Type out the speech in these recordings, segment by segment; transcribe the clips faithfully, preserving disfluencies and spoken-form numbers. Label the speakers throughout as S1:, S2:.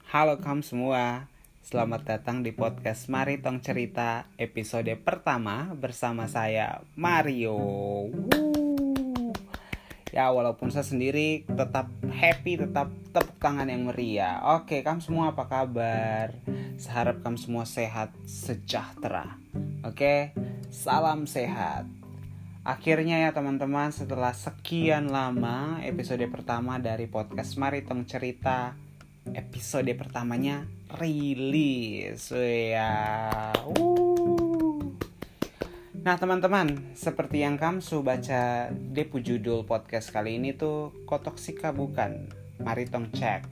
S1: Halo kamu semua, selamat datang di podcast Mari Tong Cerita episode pertama bersama saya Mario. Wuh. Ya walaupun saya sendiri tetap happy, tetap tepuk tangan yang meriah. Oke, kamu semua apa kabar? Saya harap kamu semua sehat, sejahtera. Oke, salam sehat. Akhirnya ya teman-teman, setelah sekian lama episode pertama dari podcast Mari Tong Cerita, episode pertamanya rilis ya. Uh. Nah teman-teman, seperti yang kamu sudah baca depu judul podcast kali ini tuh, kok toksika bukan? Mari tong cek.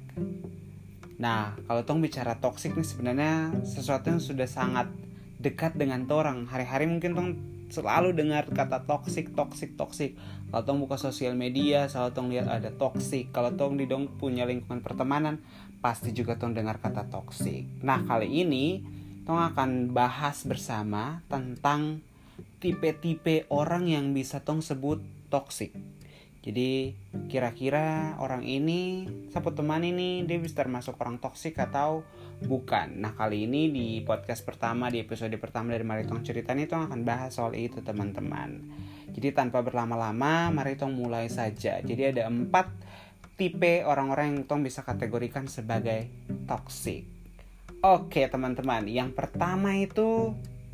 S1: Nah kalau tong bicara toksik nih sebenarnya sesuatu yang sudah sangat dekat dengan torang. Hari-hari mungkin tong selalu dengar kata toksik, toksik, toksik. Kalau tong buka sosial media, selalu tong lihat ada toksik. Kalau tong di dong punya lingkungan pertemanan, pasti juga tong dengar kata toksik. Nah kali ini tong akan bahas bersama tentang tipe-tipe orang yang bisa tong sebut toksik. Jadi kira-kira orang ini, siapa teman ini, dia bisa termasuk orang toksik atau bukan. Nah kali ini di podcast pertama, di episode pertama dari Mari Tong Cerita ini tong akan bahas soal itu teman-teman. Jadi tanpa berlama-lama, mari tong mulai saja. Jadi ada empat tipe orang-orang yang tong bisa kategorikan sebagai toksik. Oke teman-teman, yang pertama itu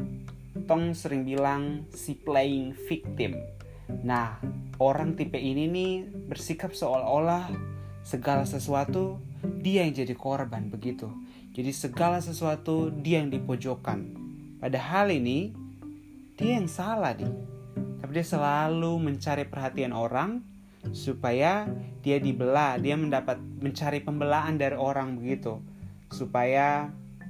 S1: tong sering bilang si playing victim. Nah, orang tipe ini nih bersikap seolah-olah segala sesuatu dia yang jadi korban begitu. Jadi segala sesuatu dia yang dipojokkan. Padahal ini dia yang salah nih. Tapi dia selalu mencari perhatian orang supaya dia dibelah, dia mendapat mencari pembelaan dari orang begitu. Supaya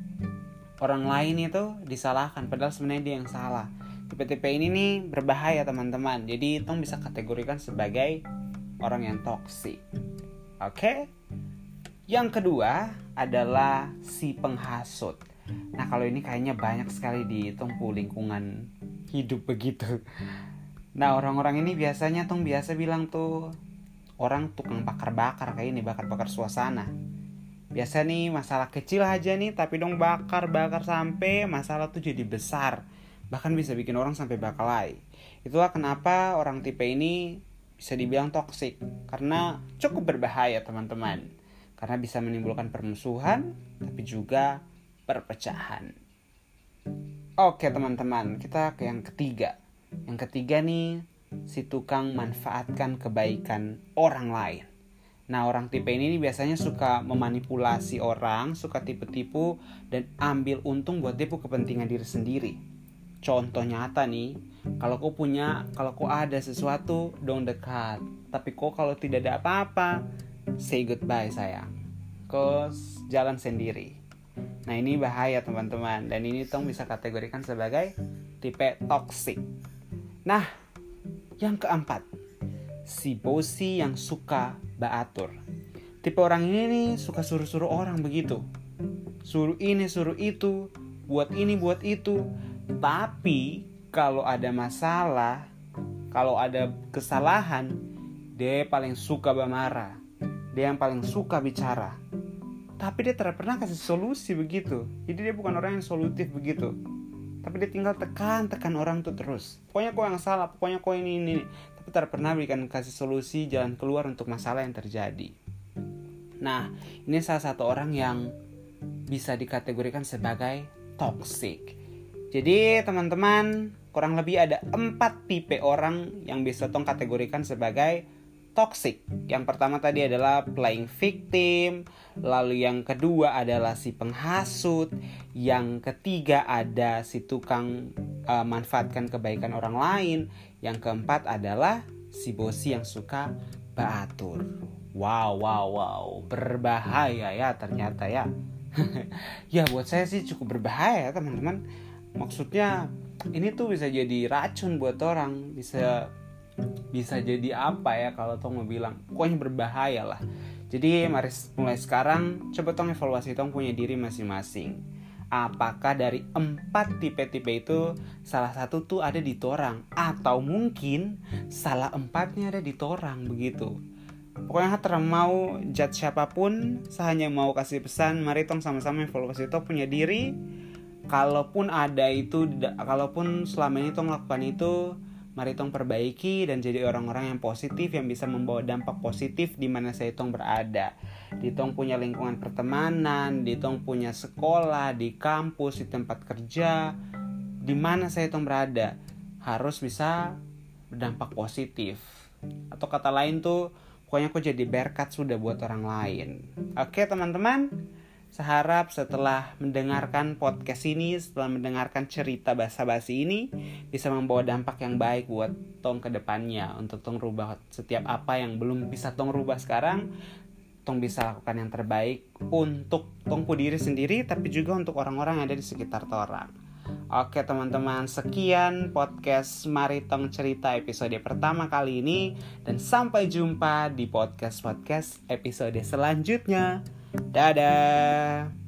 S1: orang lain itu disalahkan padahal sebenarnya dia yang salah. Tipe-tipe ini nih berbahaya teman-teman. Jadi tong bisa kategorikan sebagai orang yang toksik. Oke? Yang kedua adalah si penghasut. Nah kalau ini kayaknya banyak sekali di tongpu lingkungan hidup begitu. Nah orang-orang ini biasanya tong biasa bilang tuh orang tukang bakar-bakar kayak ini, bakar-bakar suasana. Biasa nih masalah kecil aja nih tapi dong bakar-bakar sampai masalah tuh jadi besar. Bahkan bisa bikin orang sampai bakal. Itulah kenapa orang tipe ini bisa dibilang toksik. Karena cukup berbahaya teman-teman. Karena bisa menimbulkan permusuhan, tapi juga perpecahan. Oke teman-teman, kita ke yang ketiga. Yang ketiga nih, si tukang manfaatkan kebaikan orang lain. Nah orang tipe ini biasanya suka memanipulasi orang, suka tipu-tipu, dan ambil untung buat tipu kepentingan diri sendiri. Contoh nyata nih, kalau kau punya, kalau kau ada sesuatu, dong dekat. Tapi kau kalau tidak ada apa-apa, say goodbye sayang. Kau jalan sendiri. Nah ini bahaya teman-teman. Dan ini tong bisa kategorikan sebagai tipe toksik. Nah, yang keempat, si bosi yang suka baatur. Tipe orang ini nih suka suruh-suruh orang begitu. Suruh ini, suruh itu, buat ini, buat itu. Tapi kalau ada masalah, kalau ada kesalahan, dia paling suka bermarah. Dia yang paling suka bicara. Tapi dia tidak pernah kasih solusi begitu. Jadi dia bukan orang yang solutif begitu. Tapi dia tinggal tekan-tekan orang tuh terus. Pokoknya kau yang salah, pokoknya kau ini, ini. Tapi tidak pernah berikan kasih solusi, jalan keluar untuk masalah yang terjadi. Nah, ini salah satu orang yang bisa dikategorikan sebagai toksik. Jadi teman-teman, kurang lebih ada empat tipe orang yang bisa tong kategorikan sebagai toxic. Yang pertama tadi adalah playing victim, lalu yang kedua adalah si penghasut, yang ketiga ada si tukang uh, manfaatkan kebaikan orang lain, yang keempat adalah si bosi yang suka baatur. Wow, wow, wow, berbahaya ya ternyata ya. Ya buat saya sih cukup berbahaya teman-teman. Maksudnya ini tuh bisa jadi racun buat orang, bisa bisa jadi apa ya kalau tong mau bilang, pokoknya berbahaya lah. Jadi mari mulai sekarang coba tong evaluasi tong punya diri masing-masing. Apakah dari empat tipe-tipe itu salah satu tuh ada di torang, atau mungkin salah empatnya ada di torang begitu. Pokoknya Hatra mau judge siapapun, saya hanya mau kasih pesan, mari tong sama-sama evaluasi tong punya diri. Kalaupun ada itu, kalaupun selama ini tong lakukan itu, mari tong perbaiki dan jadi orang-orang yang positif, yang bisa membawa dampak positif di mana saya tong berada. Di tong punya lingkungan pertemanan, di tong punya sekolah, di kampus, di tempat kerja, di mana saya tong berada, harus bisa berdampak positif. Atau kata lain tuh, pokoknya aku jadi berkat sudah buat orang lain. Oke teman-teman, saya harap setelah mendengarkan podcast ini, setelah mendengarkan cerita basa-basi ini, bisa membawa dampak yang baik buat tong ke depannya. Untuk tong rubah setiap apa yang belum bisa tong rubah sekarang, tong bisa lakukan yang terbaik untuk tong pu diri sendiri, tapi juga untuk orang-orang yang ada di sekitar torang. Oke teman-teman, sekian podcast Mari Tong Cerita episode pertama kali ini. Dan sampai jumpa di podcast-podcast episode selanjutnya. Dadah.